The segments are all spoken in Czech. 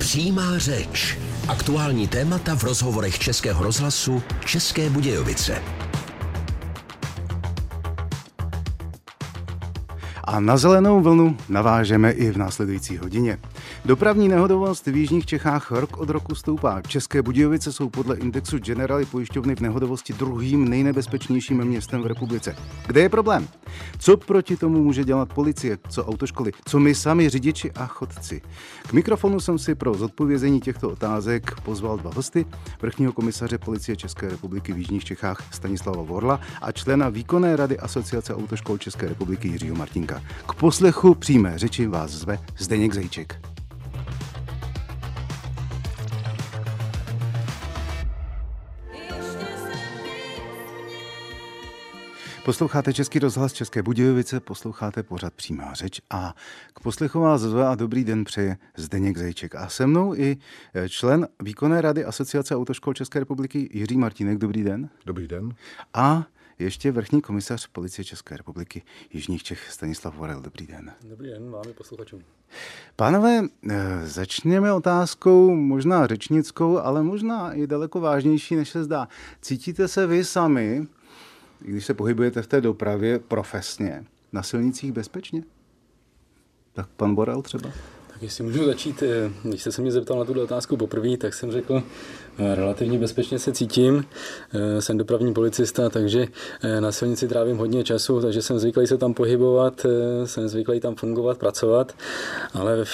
Přímá řeč. Aktuální témata v rozhovorech Českého rozhlasu České Budějovice. A na zelenou vlnu navážeme i v následující hodině. Dopravní nehodovost v jižních Čechách rok od roku stoupá. České Budějovice jsou podle indexu Generali pojišťovny v nehodovosti druhým nejnebezpečnějším městem v republice. Kde je problém? Co proti tomu může dělat policie, co autoškoly, co my sami řidiči a chodci? K mikrofonu jsem si pro zodpovězení těchto otázek pozval dva hosty, vrchního komisaře policie České republiky v jižních Čechách Stanislava Vorla a člena výkonné rady Asociace autoškol České republiky Jiřího Martinka. K poslechu přímé řeči vás zve Zdeněk Zajíček. Posloucháte Český rozhlas České Budějovice, posloucháte pořad Přímá řeč a k poslechu vás zve a dobrý den přeje Zdeněk Zajíček. A se mnou i člen výkonné rady Asociace autoškol České republiky Jiří Martínek. Dobrý den. Dobrý den. A ještě vrchní komisař policie České republiky Jižních Čech Stanislav Vorel. Dobrý den. Dobrý den vám i posluchačům. Pánové, začněme otázkou možná řečnickou, ale možná i daleko vážnější, než se zdá. Cítíte se vy sami, když se pohybujete v té dopravě profesně, na silnicích bezpečně? Tak pan Vorel třeba? Tak jestli můžu začít, když jste se mě zeptal na tuto otázku poprvé, tak jsem řekl, relativně bezpečně se cítím. Jsem dopravní policista, takže na silnici trávím hodně času, takže jsem zvyklý se tam pohybovat, jsem zvyklý tam fungovat, pracovat, ale ve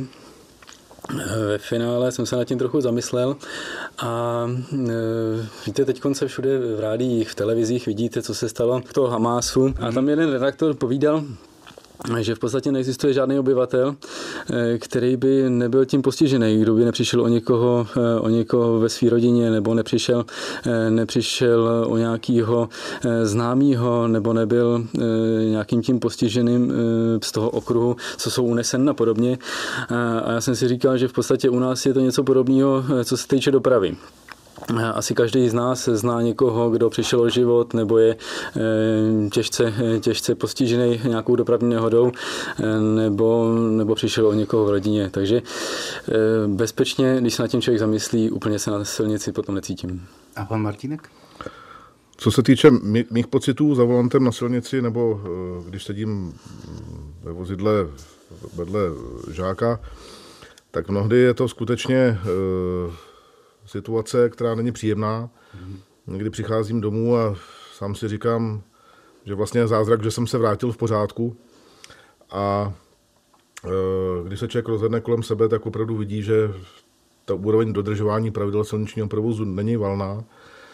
finále jsem se nad tím trochu zamyslel a víte, teď se všude v rádiích, v televizích vidíte, co se stalo v toho Hamásu a tam jeden redaktor povídal, že v podstatě neexistuje žádný obyvatel, který by nebyl tím postižený, kdo by nepřišel o někoho ve své rodině, nebo nepřišel o nějakého známého, nebo nebyl nějakým tím postiženým z toho okruhu, co jsou unesen a podobně. A já jsem si říkal, že v podstatě u nás je to něco podobného, co se týče dopravy. Asi každý z nás zná někoho, kdo přišel o život nebo je těžce postižený nějakou dopravní nehodou nebo přišel o někoho v rodině. Takže bezpečně, když se nad tím člověk zamyslí, úplně se na silnici potom necítím. A pan Martínek? Co se týče mých pocitů za volantem na silnici nebo když sedím ve vozidle vedle žáka, tak mnohdy je to skutečně situace, která není příjemná. Někdy přicházím domů a sám si říkám, že vlastně je zázrak, že jsem se vrátil v pořádku. A když se člověk rozhledne kolem sebe, tak opravdu vidí, že ta úroveň dodržování pravidel silničního provozu není valná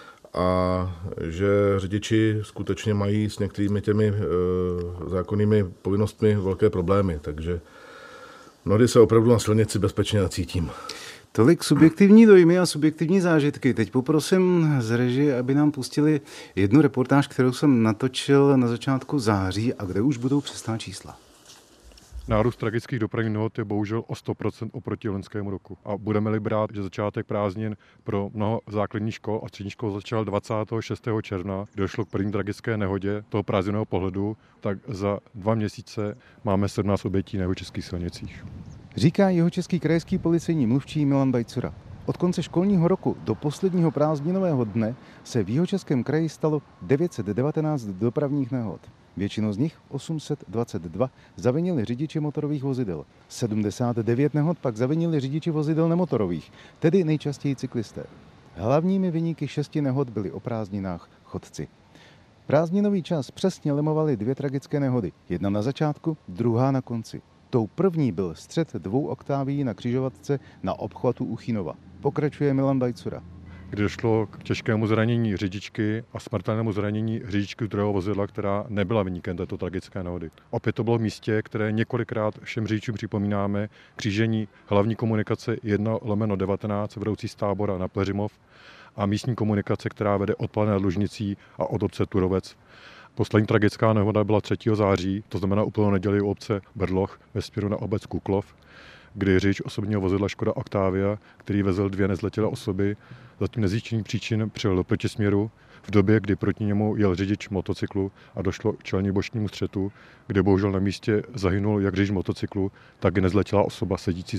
a že řidiči skutečně mají s některými těmi zákonnými povinnostmi velké problémy. Takže mnohdy se opravdu na silnici bezpečně necítím. Tolik subjektivní dojmy a subjektivní zážitky. Teď poprosím z režie, aby nám pustili jednu reportáž, kterou jsem natočil na začátku září a kde už budou přesná čísla. Nárůst tragických dopravních nehod je bohužel o 100% oproti loňskému roku. A budeme-li brát, že začátek prázdnin pro mnoho základních škol a středních škol začal 26. června, kdy došlo k první tragické nehodě toho prázdninného pohledu, tak za 2 měsíce máme 17 obětí na jihočeských silnicích. Říká jihočeský krajský policejní mluvčí Milan Bajcura. Od konce školního roku do posledního prázdninového dne se v Jihočeském kraji stalo 919 dopravních nehod. Většinu z nich, 822, zavinili řidiči motorových vozidel. 79 nehod pak zavinili řidiči vozidel nemotorových, tedy nejčastěji cyklisté. Hlavními viníky 6 nehod byli o prázdninách chodci. Prázdninový čas přesně lemovaly 2 tragické nehody. Jedna na začátku, druhá na konci. Tou první byl střet 2 oktáví na křižovatce na obchvatu Uchynova. Pokračuje Milan Bajcura. Kdy došlo k těžkému zranění řidičky a smrtelnému zranění řidičky druhého vozidla, která nebyla viníkem této tragické nehody. Opět to bylo v místě, které několikrát všem řidičům připomínáme, křížení hlavní komunikace 1/19 vedoucí z Tábora na Pleřimov a místní komunikace, která vede od Plané nad Lužnicí a od obce Turovec. Poslední tragická nehoda byla 3. září, to znamená úplnou neděli u obce Brdloch ve směru na obec Kuklov, kdy řidič osobního vozidla Škoda Octavia, který vezl 2 nezletilé osoby, zatím nezjištěných příčin přijel do protisměru v době, kdy proti němu jel řidič motocyklu a došlo k čelně bočnímu střetu, kde bohužel na místě zahynul jak řidič motocyklu, tak i nezletilá osoba sedící vzadu.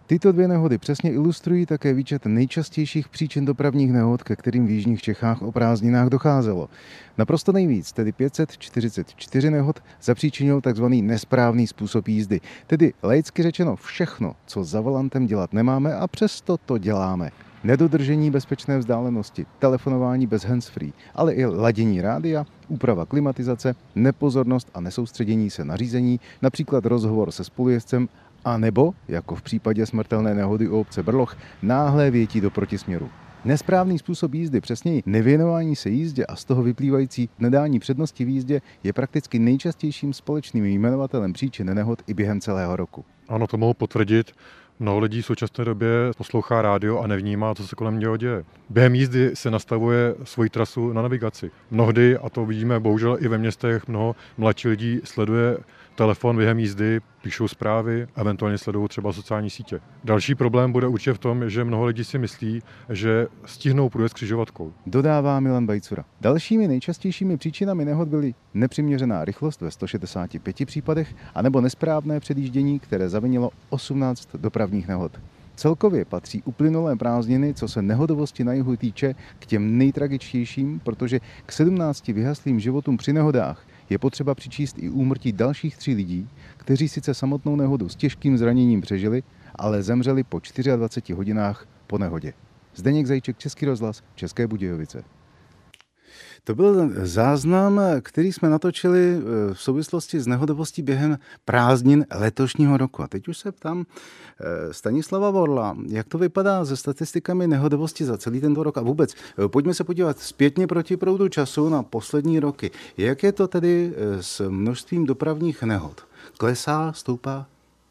Tyto dvě nehody přesně ilustrují také výčet nejčastějších příčin dopravních nehod, ke kterým v jižních Čechách o prázdninách docházelo. Naprosto nejvíc, tedy 544 nehod, zapříčinil tzv. Nesprávný způsob jízdy, tedy laicky řečeno všechno, co za volantem dělat nemáme a přesto to děláme. Nedodržení bezpečné vzdálenosti, telefonování bez handsfree, ale i ladění rádia, úprava klimatizace, nepozornost a nesoustředění se na řízení, například rozhovor se spolujezdcem, a nebo, jako v případě smrtelné nehody u obce Brloch, náhlé větí do protisměru. Nesprávný způsob jízdy, přesněji nevěnování se jízdě a z toho vyplývající nedání přednosti v jízdě, je prakticky nejčastějším společným jmenovatelem příčin nehod i během celého roku. Ano, to mohu potvrdit. Mnoho lidí v současné době poslouchá rádio a nevnímá, co se kolem něho děje. Během jízdy se nastavuje svoji trasu na navigaci. Mnohdy, a to vidíme bohužel i ve městech, mnoho mladších lidí sleduje telefon během jízdy, píšou zprávy, eventuálně sledují třeba sociální sítě. Další problém bude určitě v tom, že mnoho lidí si myslí, že stihnou průjezd křižovatkou. Dodává Milan Bajcura. Dalšími nejčastějšími příčinami nehod byly nepřiměřená rychlost ve 165 případech anebo nesprávné předjíždění, které zavinilo 18 dopravních nehod. Celkově patří uplynulé prázdniny, co se nehodovosti na jihu týče, k těm nejtragičtějším, protože k 17 vyhaslým životům při nehodách je potřeba přičíst i úmrtí dalších 3 lidí, kteří sice samotnou nehodu s těžkým zraněním přežili, ale zemřeli po 24 hodinách po nehodě. Zdeněk Zajíček, Český rozhlas, České Budějovice. To byl záznam, který jsme natočili v souvislosti s nehodovostí během prázdnin letošního roku. A teď už se ptám Stanislava Vorla, jak to vypadá se statistikami nehodovosti za celý tento rok a vůbec. Pojďme se podívat zpětně proti proudu času na poslední roky. Jak je to tedy s množstvím dopravních nehod? Klesá, stoupá?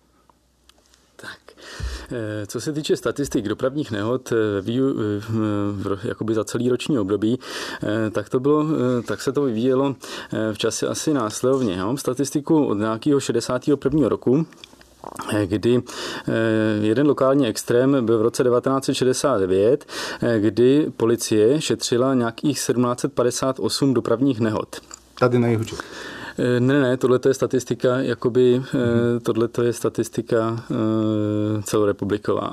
Co se týče statistik dopravních nehod jakoby za celý roční období, tak se to vyvíjelo v čase asi následovně. Já mám statistiku od nějakého 61. roku, kdy jeden lokální extrém byl v roce 1969, kdy policie šetřila nějakých 1758 dopravních nehod. Tady na jihu Čech. Ne, tohle je statistika, tohle je statistika celorepubliková.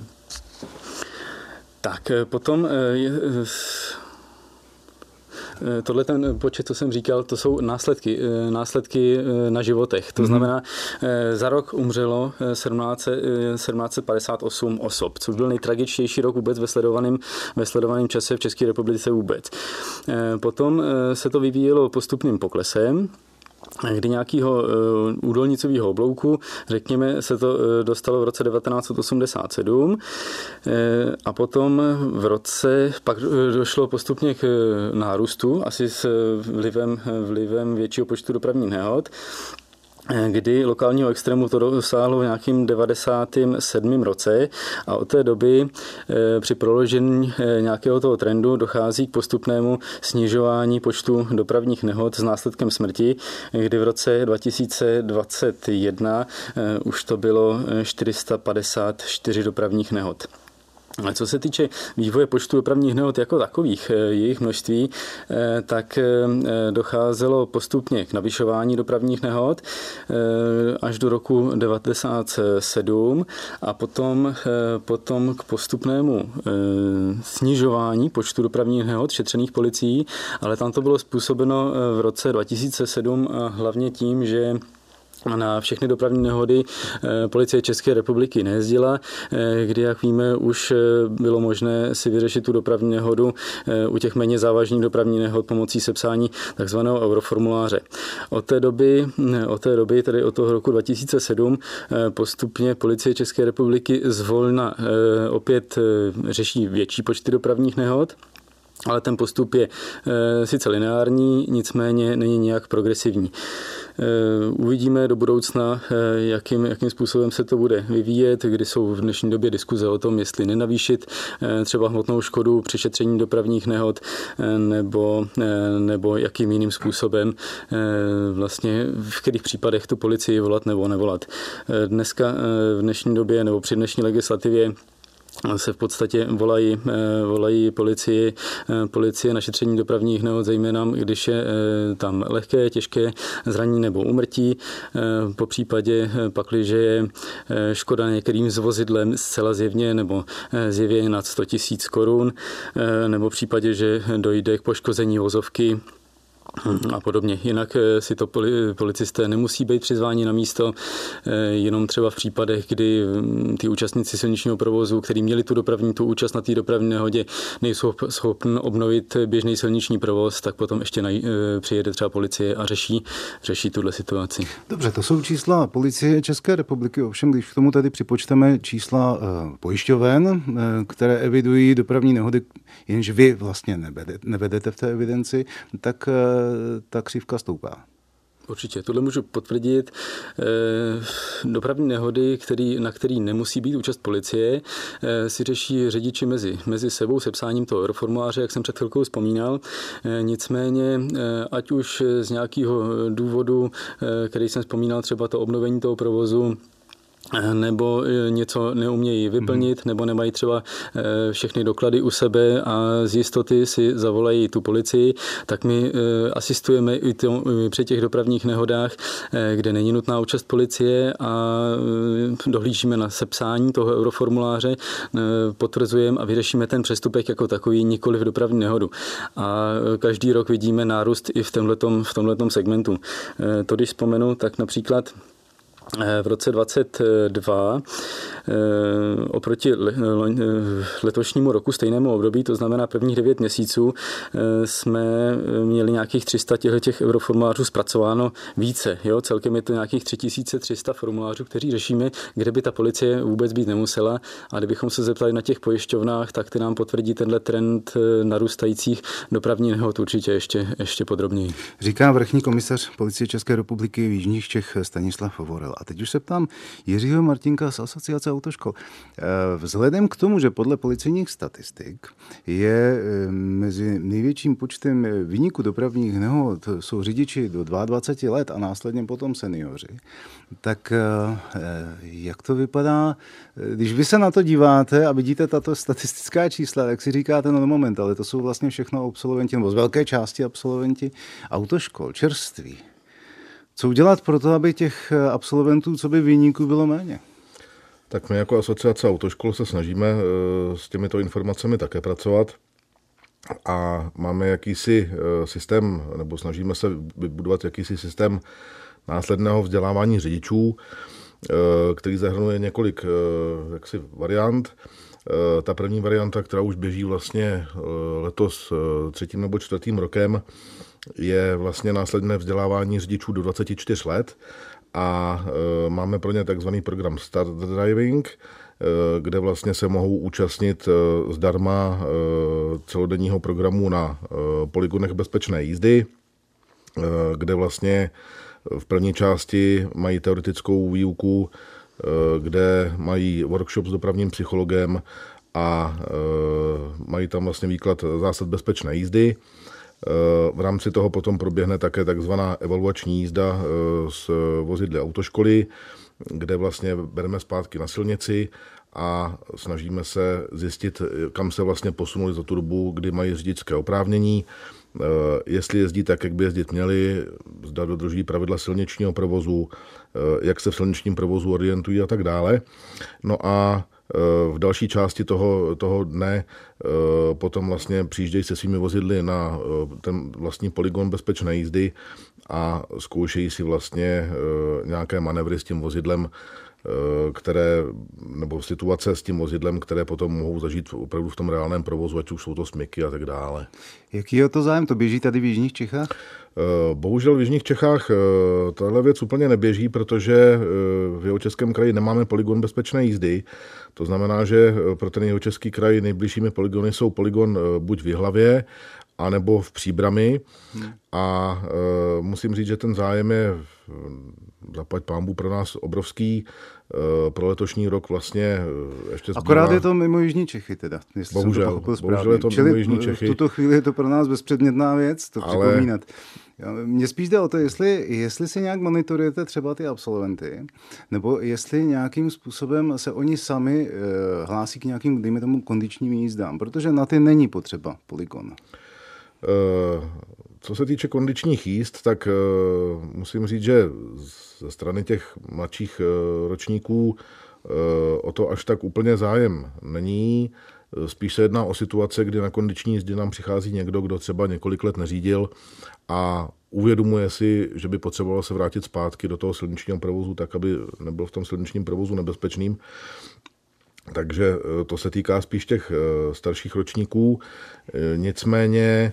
Tak, potom tohle ten počet, co jsem říkal, to jsou následky na životech. To znamená, za rok umřelo 1758 osob, což byl nejtragičtější rok vůbec ve sledovaném čase v České republice vůbec. Potom se to vyvíjelo postupným poklesem, kdy nějakého údolnicového oblouku, řekněme, se to dostalo v roce 1987 a potom pak došlo postupně k nárůstu, asi s vlivem většího počtu dopravních nehod, kdy lokálního extrému to dosáhlo v nějakým 97. roce a od té doby při proložení nějakého toho trendu dochází k postupnému snižování počtu dopravních nehod s následkem smrti, kdy v roce 2021 už to bylo 454 dopravních nehod. A co se týče vývoje počtu dopravních nehod jako takových, jejich množství, tak docházelo postupně k navyšování dopravních nehod až do roku 1997 a potom k postupnému snižování počtu dopravních nehod šetřených policií, ale tam to bylo způsobeno v roce 2007 hlavně tím, že na všechny dopravní nehody policie České republiky nejezdila, kdy, jak víme, už bylo možné si vyřešit tu dopravní nehodu u těch méně závažných dopravních nehod pomocí sepsání takzvaného euroformuláře. Od té doby, tedy od toho roku 2007, postupně policie České republiky zvolna opět řeší větší počty dopravních nehod, ale ten postup je sice lineární, nicméně není nějak progresivní. Uvidíme do budoucna, jakým způsobem se to bude vyvíjet, kdy jsou v dnešní době diskuze o tom, jestli nenavýšit třeba hmotnou škodu při šetření dopravních nehod, nebo jakým jiným způsobem vlastně v kterých případech tu policii volat nebo nevolat. Dneska v dnešní době nebo při dnešní legislativě se v podstatě volají policie na šetření dopravních nehod, zejména když je tam lehké, těžké zranění nebo úmrtí. Po případě pakliže je škoda některým z vozidlem zcela zjevně nebo zjevně nad 100 000 korun, nebo v případě, že dojde k poškození vozovky a podobně. Jinak si to policisté nemusí být přizváni na místo, jenom třeba v případech, kdy ty účastníci silničního provozu, kteří měli tu účast na té dopravní nehodě, nejsou schopni obnovit běžný silniční provoz, tak potom ještě přijede třeba policie a řeší tuhle situaci. Dobře, to jsou čísla policie České republiky, ovšem když k tomu tady připočteme čísla pojišťoven, které evidují dopravní nehody, jenže vy vlastně nevedete v té evidenci, tak ta křivka stoupá. Určitě, tohle můžu potvrdit. Dopravní nehody, na který nemusí být účast policie, si řeší řidiči mezi sebou sepsáním toho euroformuláře, jak jsem před chvilkou vzpomínal. Nicméně, ať už z nějakého důvodu, který jsem vzpomínal, třeba to obnovení toho provozu, nebo něco neumějí vyplnit, nebo nemají třeba všechny doklady u sebe a z jistoty si zavolají tu policii, tak my asistujeme i při těch dopravních nehodách, kde není nutná účast policie a dohlížíme na sepsání toho euroformuláře, potvrzujeme a vyřešíme ten přestupek jako takový, nikoli v dopravní nehodu. A každý rok vidíme nárůst i v tomhletom segmentu. To když vzpomenu, tak například v roce 2022 oproti letošnímu roku stejnému období, to znamená prvních 9 měsíců, jsme měli nějakých 300 těch euroformulářů zpracováno více. Jo? Celkem je to nějakých 3300 formulářů, kteří řešíme, kde by ta policie vůbec být nemusela. A kdybychom se zeptali na těch pojišťovnách, tak ty nám potvrdí tenhle trend narůstajících dopravních nehod určitě ještě podrobněji. Říká vrchní komisař Policie České republiky v jižních Čech Stanislav Vorel. A teď už se ptám Jiřího Martinka z Asociace autoškol. Vzhledem k tomu, že podle policejních statistik je mezi největším počtem viníků dopravních nehod jsou řidiči do 22 let a následně potom seniori, tak jak to vypadá, když vy se na to díváte a vidíte tato statistická čísla, tak si říkáte, no moment, ale to jsou vlastně všechno absolventi, nebo z velké části absolventi autoškol, čerství. Co udělat pro to, aby těch absolventů, co by viníků, bylo méně? Tak my jako asociace autoškol se snažíme s těmito informacemi také pracovat a máme jakýsi systém, nebo snažíme se vybudovat jakýsi systém následného vzdělávání řidičů, který zahrnuje několik variant. Ta první varianta, která už běží vlastně letos 3. nebo 4. rokem, je vlastně následné vzdělávání řidičů do 24 let a máme pro ně takzvaný program Start Driving, kde vlastně se mohou účastnit zdarma celodenního programu na poligonech bezpečné jízdy, kde vlastně v první části mají teoretickou výuku, kde mají workshop s dopravním psychologem a mají tam vlastně výklad zásad bezpečné jízdy. V rámci toho potom proběhne také takzvaná evaluační jízda s vozidly autoškoly, kde vlastně bereme zpátky na silnici a snažíme se zjistit, kam se vlastně posunuli za tu dobu, kdy mají řidičské oprávnění, jestli jezdí tak, jak by jezdit měli, zda dodržují pravidla silničního provozu, jak se v silničním provozu orientují a tak dále. No a v další části toho dne potom vlastně přijíždějí se svými vozidly na ten vlastní poligon bezpečné jízdy a zkoušejí si vlastně nějaké manévry s tím vozidlem, nebo situace s tím vozidlem, které potom mohou zažít opravdu v tom reálném provozu, ať už jsou to smyky a tak dále. Jaký je to zájem? To běží tady v jižních Čechách? Bohužel v jižních Čechách tahle věc úplně neběží, protože v Jihočeském kraji nemáme poligon bezpečné jízdy. To znamená, že pro ten Jihočeský kraj nejbližšími poligony jsou poligon buď v Jihlavě, anebo v Příbrami. A musím říct, že ten zájem je zaplať pánbůh pro nás obrovský. Pro letošní rok vlastně ještě zbývá. Akorát je to mimo Jižní Čechy teda. Bohužel je to mimo Jižní Čechy. V tuto chvíli je to pro nás bezpředmětná věc, to připomínat. Mně spíš jde o to, jestli si nějak monitorujete třeba ty absolventy, nebo jestli nějakým způsobem se oni sami hlásí k nějakým, dejme tomu, kondičním jízdám, protože na ty není potřeba polygon. Co se týče kondičních jízd, tak musím říct, že ze strany těch mladších ročníků o to až tak úplně zájem není. Spíš se jedná o situace, kdy na kondiční jízdě nám přichází někdo, kdo třeba několik let neřídil a uvědomuje si, že by potřebovalo se vrátit zpátky do toho silničního provozu, tak aby nebyl v tom silničním provozu nebezpečným. Takže to se týká spíš těch starších ročníků. Nicméně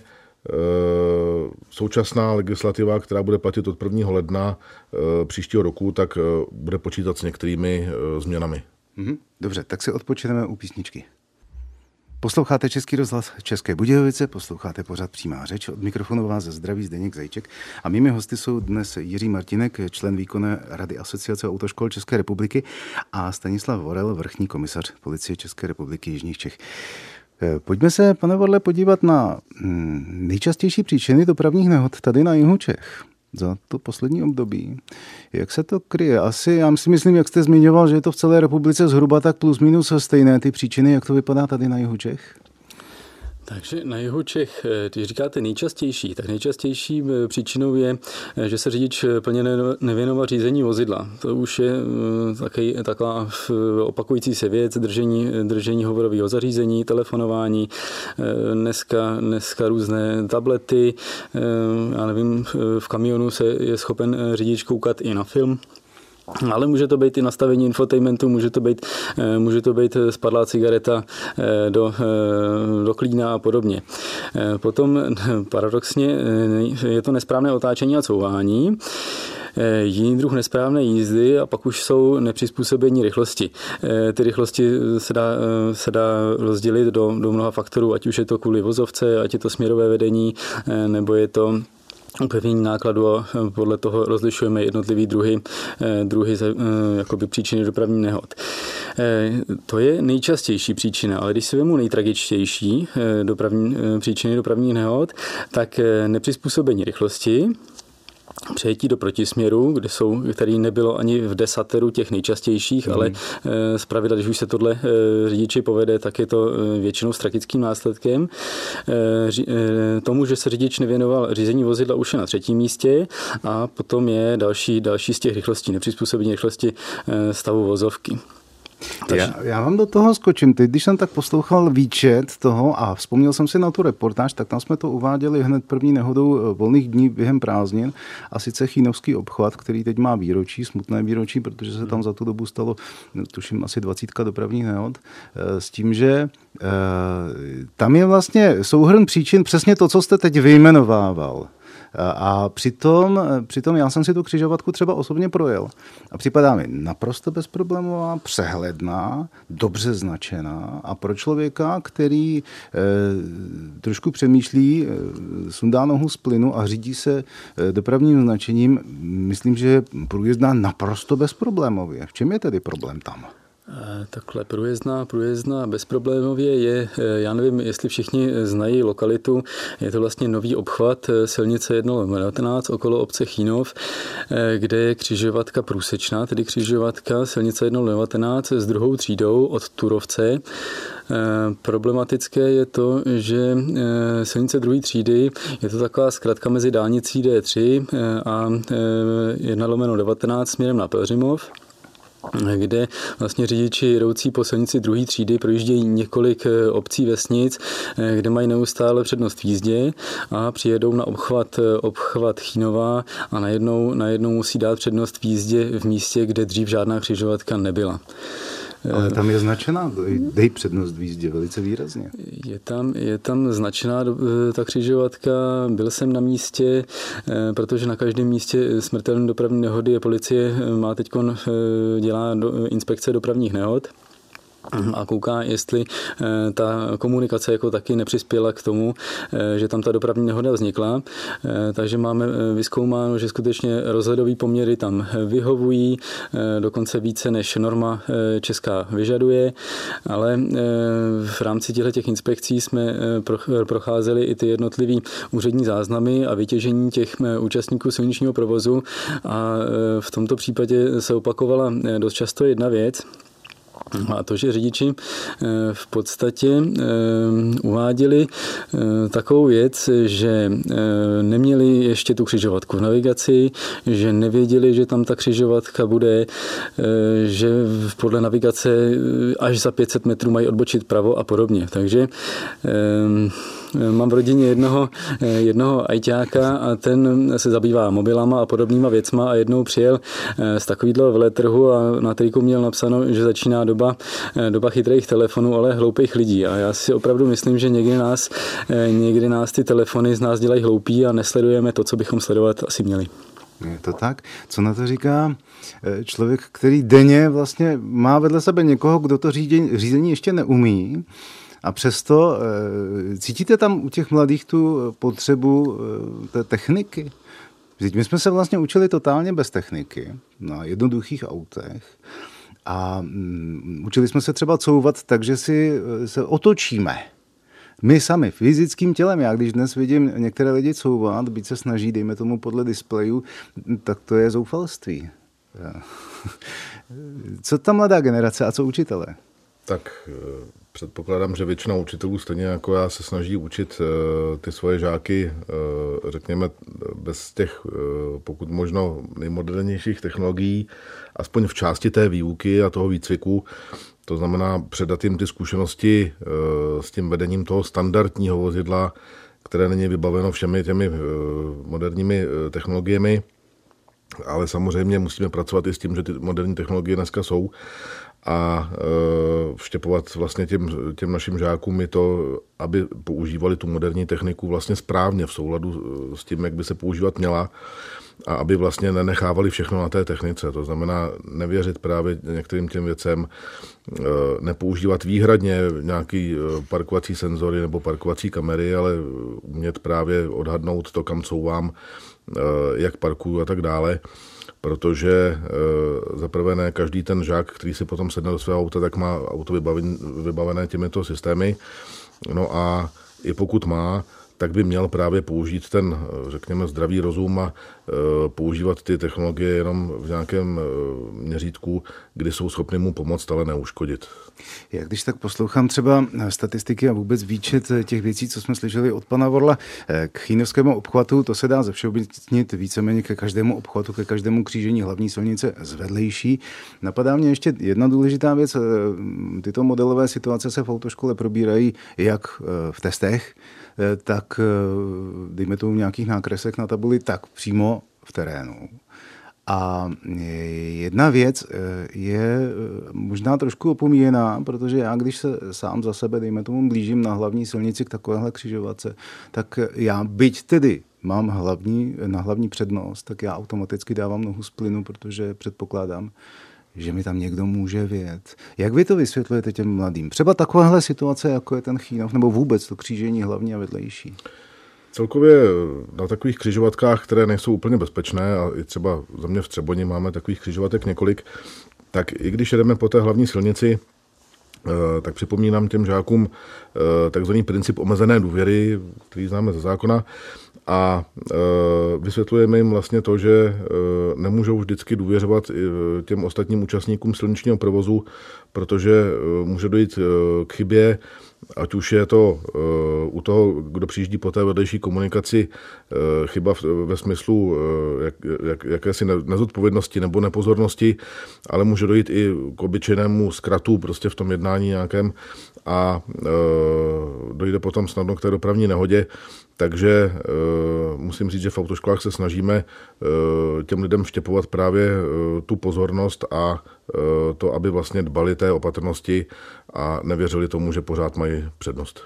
současná legislativa, která bude platit od 1. ledna příštího roku, tak bude počítat s některými změnami. Dobře, tak si odpočineme u písničky. Posloucháte Český rozhlas České Budějovice, posloucháte pořad Přímá řeč. Od mikrofonu vás zdraví Zdeněk Zajíček a mými hosty jsou dnes Jiří Martínek, člen výkonné rady Asociace autoškol České republiky, a Stanislav Vorel, vrchní komisař Policie České republiky Jižních Čech. Pojďme se, pane Vorle, podívat na nejčastější příčiny dopravních nehod tady na jihu Čech za to poslední období. Jak se to kryje? Asi, já si myslím, jak jste zmiňoval, že je to v celé republice zhruba tak plus minus stejné ty příčiny, jak to vypadá tady na jihu Čech? Takže na jihu Čech, když říkáte nejčastější, tak nejčastější příčinou je, že se řidič plně nevěnoval řízení vozidla. To už je taková opakující se věc, držení hovorového zařízení, telefonování, dneska různé tablety, já nevím, v kamionu se je schopen řidič koukat i na film. Ale může to být i nastavení infotainmentu, může to být spadlá cigareta do klína a podobně. Potom paradoxně je to nesprávné otáčení a couvání, jiný druh nesprávné jízdy a pak už jsou nepřizpůsobení rychlosti. Ty rychlosti se dá rozdělit do mnoha faktorů, ať už je to kvůli vozovce, ať je to směrové vedení, nebo je to upevnění nákladu a podle toho rozlišujeme jednotlivý druhy jakoby příčiny dopravních nehod. To je nejčastější příčina, ale když si vemu nejtragičtější příčiny dopravních nehod, tak nepřizpůsobení rychlosti, přejetí do protisměru, který nebylo ani v desateru těch nejčastějších, ale zpravidla, když už se tohle řidiči povede, tak je to většinou s tragickým následkem. Tomu, že se řidič nevěnoval řízení vozidla, už je na 3. místě a potom je další z těch rychlostí, nepřizpůsobení rychlosti stavu vozovky. Já vám do toho skočím. Teď, když jsem tak poslouchal výčet toho a vzpomněl jsem si na tu reportáž, tak tam jsme to uváděli hned první nehodou volných dní během prázdnin, a sice Chínovský obchvat, který teď má výročí, smutné výročí, protože se tam za tu dobu stalo, tuším, asi 20 dopravních nehod, s tím, že tam je vlastně souhrn příčin přesně to, co jste teď vyjmenovával. A přitom já jsem si tu křižovatku třeba osobně projel a připadá mi naprosto bezproblémová, přehledná, dobře značená a pro člověka, který trošku přemýšlí, sundá nohu z plynu a řídí se dopravním značením, myslím, že je průjezdná naprosto bezproblémově. V čem je tedy problém tam? Takhle průjezdná bezproblémově je, já nevím, jestli všichni znají lokalitu, je to vlastně nový obchvat silnice 1/19 okolo obce Chínov, kde je křižovatka průsečná, tedy křižovatka silnice 1/19 s 2. třídou od Turovce. Problematické je to, že silnice 2. třídy je to taková zkratka mezi dálnicí D3 a 1/19 směrem na Pelhřimov, kde vlastně řidiči jedoucí po silnici 2. třídy projíždějí několik obcí, vesnic, kde mají neustále přednost v jízdě a přijedou na obchvat Chínova a najednou musí dát přednost v jízdě v místě, kde dřív žádná křižovatka nebyla. Ale tam je značená, dej přednost v jízdě velice výrazně. Je tam značená ta křižovatka, byl jsem na místě, protože na každém místě smrtelné dopravní nehody policie má teďkon dělá inspekce dopravních nehod. a kouká, jestli ta komunikace jako taky nepřispěla k tomu, že tam ta dopravní nehoda vznikla. Takže máme vyzkoumáno, že skutečně rozhledové poměry tam vyhovují, dokonce více než norma česká vyžaduje, ale v rámci těchto inspekcí jsme procházeli i ty jednotlivé úřední záznamy a vytěžení těch účastníků silničního provozu a v tomto případě se opakovala dost často jedna věc, a to, že řidiči v podstatě uváděli takovou věc, že neměli ještě tu křižovatku v navigaci, že nevěděli, že tam ta křižovatka bude, že podle navigace až za 500 metrů mají odbočit pravo a podobně. Takže mám v rodině jednoho ajťáka a ten se zabývá mobilama a podobnýma věcma a jednou přijel z takovýhle veletrhu a na triku měl napsáno, že začíná doba chytrých telefonů, ale hloupých lidí. A já si opravdu myslím, že někdy nás ty telefony z nás dělají hloupí a nesledujeme to, co bychom sledovat asi měli. Je to tak? Co na to říká člověk, který denně vlastně má vedle sebe někoho, kdo to řízení ještě neumí, a přesto cítíte tam u těch mladých tu potřebu té techniky? My jsme se vlastně učili totálně bez techniky na jednoduchých autech a učili jsme se třeba couvat tak, že si se otočíme. My sami, fyzickým tělem. Já když dnes vidím některé lidi couvat, byť se snaží, dejme tomu podle displeju, tak to je zoufalství. Co ta mladá generace a co učitelé? Tak předpokládám, že většina učitelů stejně jako já se snaží učit ty svoje žáky, řekněme, bez těch pokud možno nejmodernějších technologií, aspoň v části té výuky a toho výcviku. To znamená předat jim ty zkušenosti s tím vedením toho standardního vozidla, které není vybaveno všemi těmi moderními technologiemi, ale samozřejmě musíme pracovat i s tím, že ty moderní technologie dneska jsou a vštěpovat vlastně těm našim žákům i to, aby používali tu moderní techniku vlastně správně v souladu s tím, jak by se používat měla a aby vlastně nenechávali všechno na té technice. To znamená nevěřit právě některým těm věcem, nepoužívat výhradně nějaký parkovací senzory nebo parkovací kamery, ale umět právě odhadnout to, kam couvám, jak parkuju a tak dále. Protože zaprvé ne každý ten žák, který si potom sedne do svého auta, tak má auto vybavené těmito systémy. No a i pokud má, tak by měl právě použít ten, řekněme, zdravý rozum a používat ty technologie jenom v nějakém měřítku, kdy jsou schopny mu pomoct, ale neuškodit. Já když tak poslouchám třeba statistiky a vůbec výčet těch věcí, co jsme slyšeli od pana Vorla k Chýnovskému obchvatu, to se dá zevšeobecnit víceméně ke každému obchvatu, ke každému křížení hlavní silnice z vedlejší. Napadá mě ještě jedna důležitá věc. Tyto modelové situace se v autoškole probírají jak v testech, tak dejme tomu nějakých nákresek na tabuli, tak přímo v terénu. A jedna věc je možná trošku opomíjená, protože já, když se sám za sebe, dejme tomu, blížím na hlavní silnici k takovéhle křižovatce, tak já byť tedy mám na hlavní přednost, tak já automaticky dávám nohu z plynu, protože předpokládám, že mi tam někdo může vjet. Jak vy to vysvětlujete těm mladým? Třeba takovéhle situace, jako je ten Chýnov, nebo vůbec to křížení hlavní a vedlejší? Celkově na takových křižovatkách, které nejsou úplně bezpečné, a i třeba za mě v Třeboni máme takových křižovatek několik, tak i když jedeme po té hlavní silnici, tak připomínám těm žákům takzvaný princip omezené důvěry, který známe ze zákona, a vysvětlujeme jim vlastně to, že nemůžou vždycky důvěřovat těm ostatním účastníkům silničního provozu, protože může dojít k chybě, ať už je to u toho, kdo přijíždí po té vedlejší komunikaci, chyba ve smyslu jakési nezodpovědnosti nebo nepozornosti, ale může dojít i k obyčejnému zkratu prostě v tom jednání nějakém a dojde potom snadno k té dopravní nehodě. Takže musím říct, že v autoškolách se snažíme těm lidem vštěpovat právě tu pozornost a to, aby vlastně dbali té opatrnosti a nevěřili tomu, že pořád mají přednost.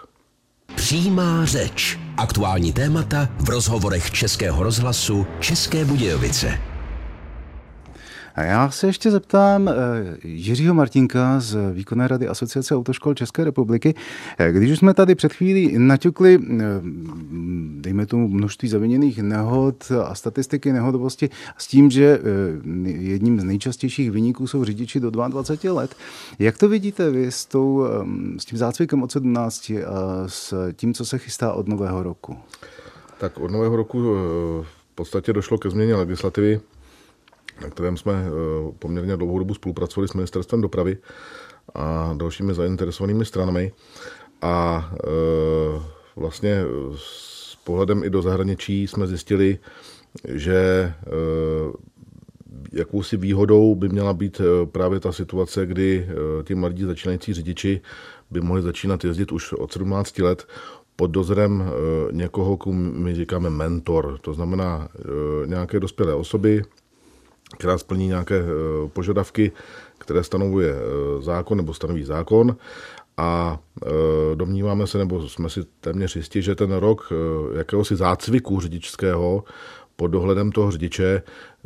Přímá řeč. Aktuální témata v rozhovorech Českého rozhlasu České Budějovice. A já se ještě zeptám Jiřího Martinka z Výkonné rady Asociace autoškol České republiky. Když už jsme tady před chvílí naťukli, dejme tomu, množství zaviněných nehod a statistiky nehodovosti s tím, že jedním z nejčastějších viníků jsou řidiči do 22 let. Jak to vidíte vy s tím zácvikem od 17 a s tím, co se chystá od nového roku? Tak od nového roku v podstatě došlo ke změně legislativy, na kterém jsme poměrně dlouhou dobu spolupracovali s Ministerstvem dopravy a dalšími zainteresovanými stranami. A vlastně s pohledem i do zahraničí jsme zjistili, že jakousi výhodou by měla být právě ta situace, kdy ti mladí začínající řidiči by mohli začínat jezdit už od 17 let pod dozorem někoho, komu my říkáme mentor. To znamená nějaké dospělé osoby, která splní nějaké požadavky, které stanovuje zákon nebo stanoví zákon. A domníváme se, nebo jsme si téměř jistí, že ten rok jakéhosi zácviku řidičského pod dohledem toho řidiče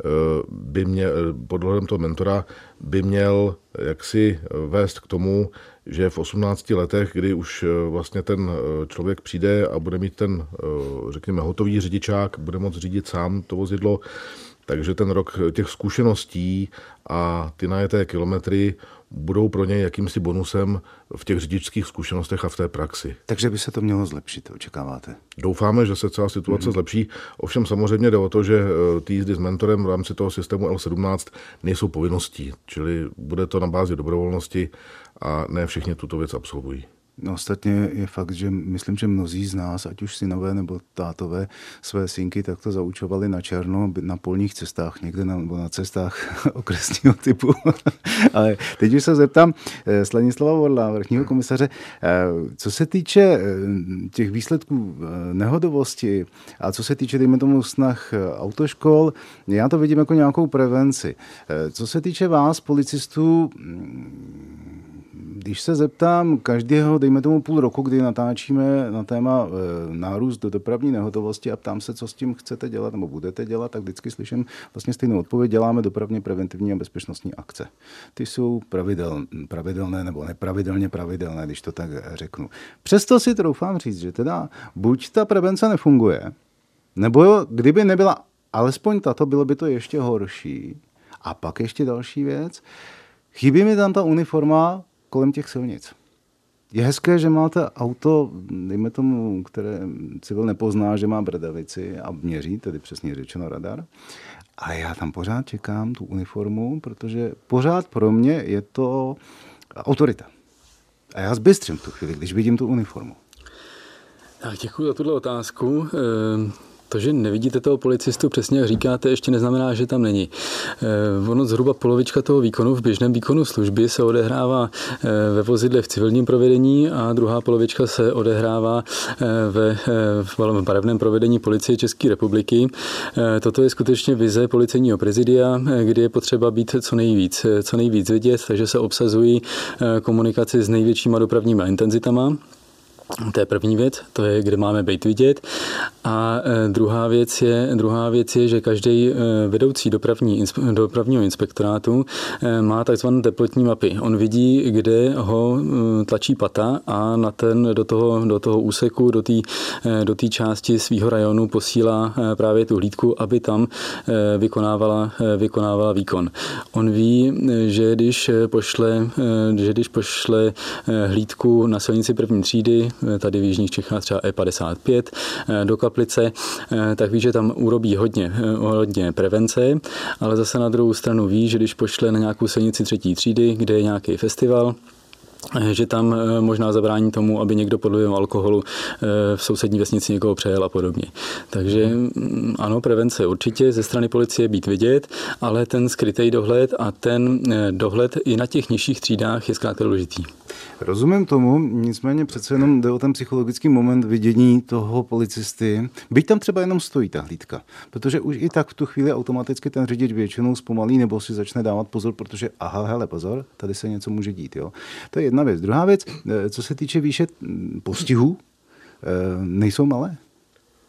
pod dohledem toho mentora by měl jaksi vést k tomu, že v 18 letech, kdy už vlastně ten člověk přijde a bude mít ten, řekněme, hotový řidičák, bude moct řídit sám to vozidlo, takže ten rok těch zkušeností a ty najeté kilometry budou pro něj jakýmsi bonusem v těch řidičských zkušenostech a v té praxi. Takže by se to mělo zlepšit, očekáváte? Doufáme, že se celá situace zlepší. Ovšem samozřejmě jde o to, že ty jízdy s mentorem v rámci toho systému L17 nejsou povinností, čili bude to na bázi dobrovolnosti a ne všichni tuto věc absolvují. No, ostatně je fakt, že myslím, že mnozí z nás, ať už synové nebo tátové, své synky takto zaučovali na černo na polních cestách někde nebo na cestách okresního typu. Ale teď už se zeptám Stanislava Vorla, vrchního komisaře, co se týče těch výsledků nehodovosti a co se týče, dejme tomu, snah autoškol, já to vidím jako nějakou prevenci. Co se týče vás, policistů, když se zeptám každého, dejme tomu půl roku, kdy natáčíme na téma nárůst do dopravní nehotovosti a ptám se, co s tím chcete dělat nebo budete dělat, tak vždycky slyším vlastně stejnou odpověď. Děláme dopravně preventivní a bezpečnostní akce. Ty jsou pravidelné nebo nepravidelně pravidelné, když to tak řeknu. Přesto si troufám říct, že teda buď ta prevence nefunguje, nebo kdyby nebyla alespoň tato, bylo by to ještě horší. A pak ještě další věc. Chybí mi tam ta uniforma kolem těch silnic. Je hezké, že máte auto, dejme tomu, které civil nepozná, že má bradavici a měří, tedy přesně řečeno radar. A já tam pořád čekám tu uniformu, protože pořád pro mě je to autorita. A já zbystřím v tu chvíli, když vidím tu uniformu. Tak děkuji za tuhle otázku. To, že nevidíte toho policistu přesně, jak říkáte, ještě neznamená, že tam není. Ono zhruba polovička toho výkonu v běžném výkonu služby se odehrává ve vozidle v civilním provedení a druhá polovička se odehrává v barevném provedení Policie České republiky. Toto je skutečně vize policejního prezidia, kdy je potřeba být co nejvíc vidět, takže se obsazují komunikaci s největšíma dopravníma intenzitama. To je první věc, to je, kde máme být vidět. A druhá věc je, že každý vedoucí dopravního inspektorátu má takzvané teplotní mapy. On vidí, kde ho tlačí pata a do toho úseku, do té části svého rajonu posílá právě tu hlídku, aby tam vykonávala výkon. On ví, že když pošle hlídku na silnici první třídy, tady v jižních Čechách třeba E55 do Kaplice, tak ví, že tam urobí hodně prevence, ale zase na druhou stranu ví, že když pošle na nějakou silnici třetí třídy, kde je nějaký festival, že tam možná zabrání tomu, aby někdo pod vlivem alkoholu v sousední vesnici někoho přejel a podobně. Takže ano, prevence určitě ze strany policie být vidět, ale ten skrytý dohled a ten dohled i na těch nižších třídách je zkrátka důležitý. Rozumím tomu, nicméně přece jenom jde o ten psychologický moment vidění toho policisty. Byť tam třeba jenom stojí ta hlídka, protože už i tak v tu chvíli automaticky ten řidič většinou zpomalí nebo si začne dávat pozor, protože hele, pozor, tady se něco může dít. Jo? To je jedna věc. Druhá věc, co se týče výše postihů, nejsou malé?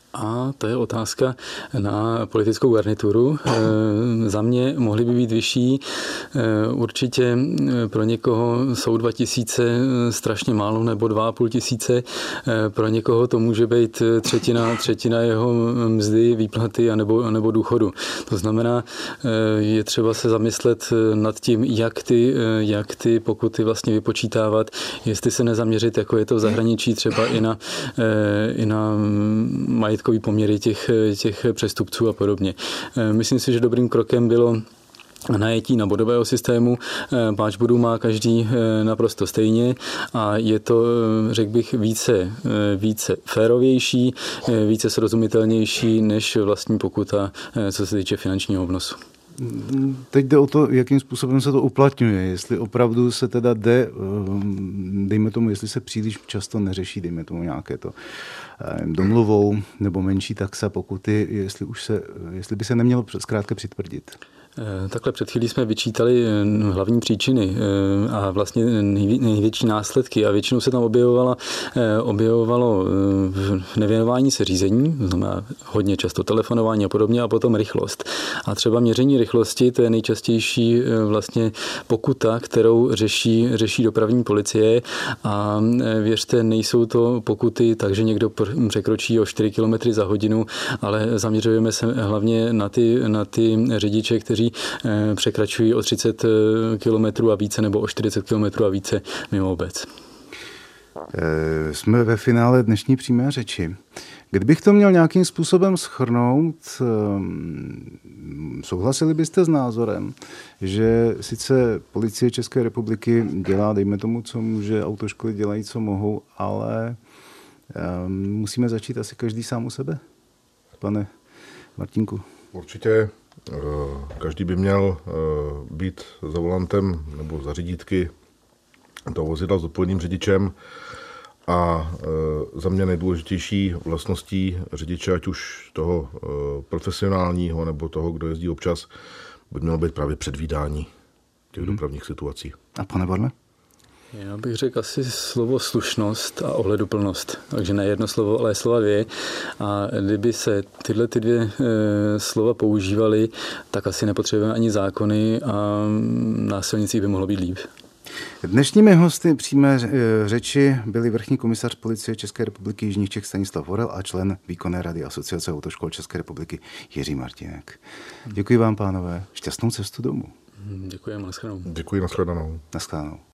A to je otázka na politickou garnituru. Za mě mohly by být vyšší. Určitě pro někoho jsou 2000 strašně málo, nebo 2500. Pro někoho to může být třetina jeho mzdy, výplaty anebo důchodu. To znamená, je třeba se zamyslet nad tím, jak ty pokuty vlastně vypočítávat, jestli se nezaměřit, jako je to v zahraničí, třeba i na majetkový poměry těch přestupců a podobně. Myslím si, že dobrým krokem bylo najetí na bodového systému. Páč bodů má každý naprosto stejně a je to, řekl bych, více férovější, více srozumitelnější než vlastní pokuta, co se týče finančního obnosu. Teď jde o to, jakým způsobem se to uplatňuje. Jestli opravdu se teda dejme tomu, jestli se příliš často neřeší, dejme tomu nějaké to domluvou nebo menší taxa pokuty, jestli by se nemělo zkrátka přitvrdit. Takhle před chvílí jsme vyčítali hlavní příčiny a vlastně největší následky a většinou se tam objevovalo nevěnování se řízení, to znamená hodně často telefonování a podobně a potom rychlost. A třeba měření rychlosti, to je nejčastější vlastně pokuta, kterou řeší dopravní policie a věřte, nejsou to pokuty tak, že někdo překročí o 4 km za hodinu, ale zaměřujeme se hlavně na ty řidiče, kteří překračují o 30 km a více nebo o 40 km a více mimo obec. Jsme ve finále dnešní přímé řeči. Kdybych to měl nějakým způsobem shrnout, souhlasili byste s názorem, že sice Policie České republiky dělá, dejme tomu, co může, autoškoly dělají, co mohou, ale musíme začít asi každý sám u sebe? Pane Martínku. Určitě každý by měl být za volantem nebo za řídítky toho vozidla s odpovědným řidičem a za mě nejdůležitější vlastností řidiče, ať už toho profesionálního nebo toho, kdo jezdí občas, by mělo být právě předvídání těch dopravních situací. A pane Barle? Já bych řekl asi slovo slušnost a ohleduplnost. Takže ne jedno slovo, ale slova dvě. A kdyby se tyhle dvě slova používaly, tak asi nepotřebujeme ani zákony a na silnicích by mohlo být líp. Dnešními hosty přímé řeči byli vrchní komisař Policie České republiky Jižních Čech Stanislav Horel a člen výkonné rady Asociace autoškol České republiky Jiří Martínek. Děkuji vám, pánové. Šťastnou cestu domů. Děkujeme, nashledanou. Děkuji, nashledanou. Nashledanou.